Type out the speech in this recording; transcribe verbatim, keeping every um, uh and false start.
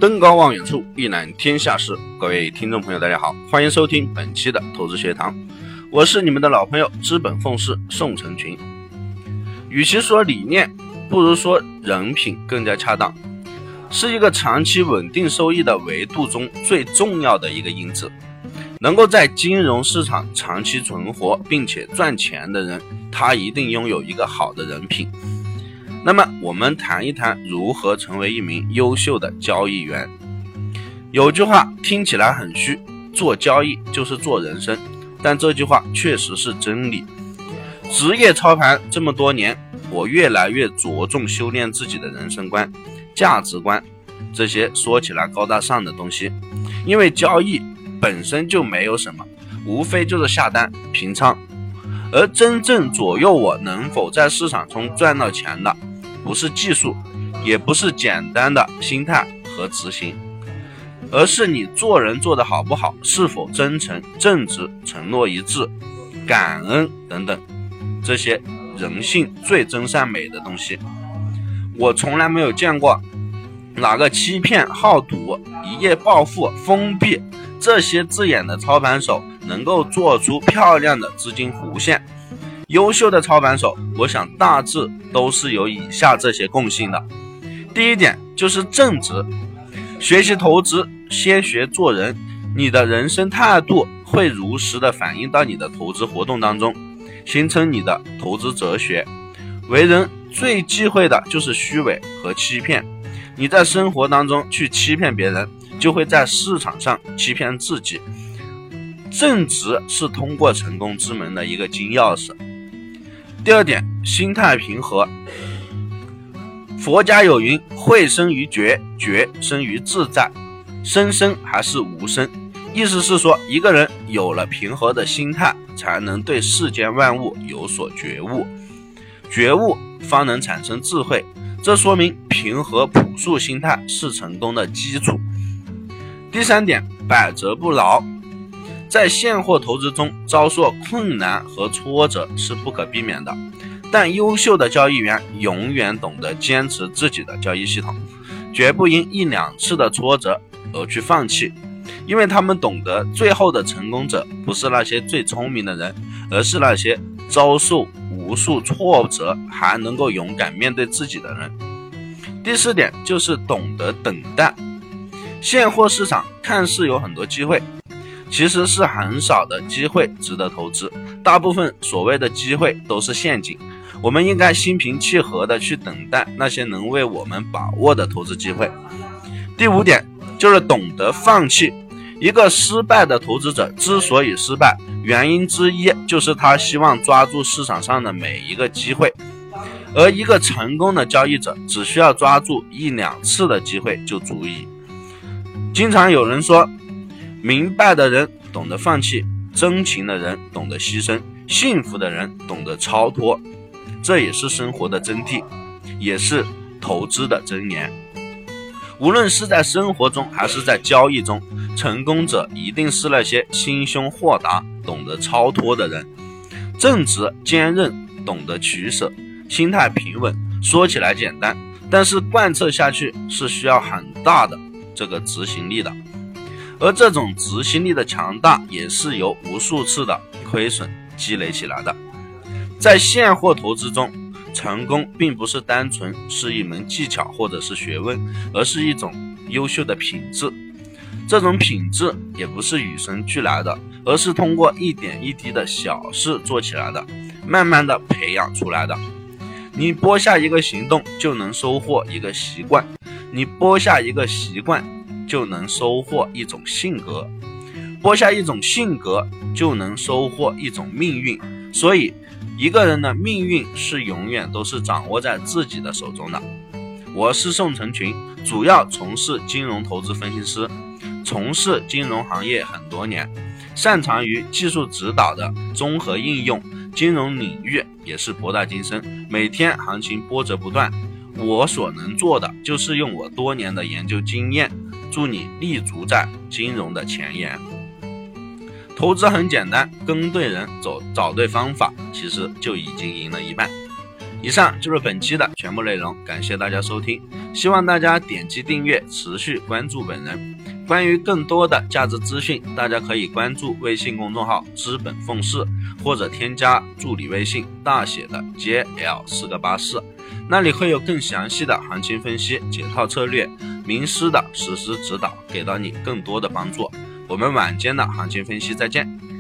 登高望远处，一览天下事。各位听众朋友大家好，欢迎收听本期的投资学堂，我是你们的老朋友资本奉仕宋成群。与其说理念，不如说人品更加恰当，是一个长期稳定收益的维度中最重要的一个因子。能够在金融市场长期存活并且赚钱的人，他一定拥有一个好的人品。那么我们谈一谈如何成为一名优秀的交易员。有句话听起来很虚，做交易就是做人生，但这句话确实是真理。职业操盘这么多年，我越来越着重修炼自己的人生观、价值观，这些说起来高大上的东西。因为交易本身就没有什么，无非就是下单平仓，而真正左右我能否在市场中赚到钱的，不是技术，也不是简单的心态和执行，而是你做人做得好不好，是否真诚、正直、承诺一致、感恩等等，这些人性最真善美的东西。我从来没有见过哪个欺骗、好赌、一夜暴富、封闭这些字眼的操盘手能够做出漂亮的资金弧线。优秀的操盘手，我想大致都是有以下这些共性的。第一点就是正直，学习投资先学做人，你的人生态度会如实的反映到你的投资活动当中，形成你的投资哲学。为人最忌讳的就是虚伪和欺骗，你在生活当中去欺骗别人，就会在市场上欺骗自己。正直是通过成功之门的一个金钥匙。第二点，心态平和。佛家有云，慧生于觉，觉生于自在，生生还是无生。意思是说，一个人有了平和的心态，才能对世间万物有所觉悟，觉悟方能产生智慧。这说明平和朴素心态是成功的基础。第三点，百折不挠。在现货投资中，遭受困难和挫折是不可避免的，但优秀的交易员永远懂得坚持自己的交易系统，绝不因一两次的挫折而去放弃，因为他们懂得最后的成功者不是那些最聪明的人，而是那些遭受无数挫折还能够勇敢面对自己的人。第四点就是懂得等待。现货市场看似有很多机会，其实是很少的机会值得投资，大部分所谓的机会都是陷阱。我们应该心平气和的去等待那些能为我们把握的投资机会。第五点就是懂得放弃。一个失败的投资者之所以失败，原因之一就是他希望抓住市场上的每一个机会，而一个成功的交易者只需要抓住一两次的机会就足以。经常有人说，明白的人懂得放弃，真情的人懂得牺牲，幸福的人懂得超脱。这也是生活的真谛，也是投资的真言。无论是在生活中还是在交易中，成功者一定是那些心胸豁达、懂得超脱的人。正直、坚韧、懂得取舍，心态平稳。说起来简单，但是贯彻下去是需要很大的这个执行力的。而这种执行力的强大，也是由无数次的亏损积累起来的。在现货投资中，成功并不是单纯是一门技巧或者是学问，而是一种优秀的品质。这种品质也不是与生俱来的，而是通过一点一滴的小事做起来的，慢慢的培养出来的。你播下一个行动，就能收获一个习惯；你播下一个习惯，就能收获一种性格；播下一种性格，就能收获一种命运。所以一个人的命运是永远都是掌握在自己的手中的。我是宋成群，主要从事金融投资分析师，从事金融行业很多年，擅长于技术指导的综合应用，金融领域也是博大精深，每天行情波折不断。我所能做的就是用我多年的研究经验，助你立足在金融的前沿。投资很简单，跟对人走，找对方法，其实就已经赢了一半。 以上就是本期的全部内容，感谢大家收听，希望大家点击订阅，持续关注本人。关于更多的价值资讯，大家可以关注微信公众号资本奉仕，或者添加助理微信大写的 J L 四个八四，那里会有更详细的行情分析、解套策略、名师的实施指导，给到你更多的帮助。我们晚间的行情分析再见。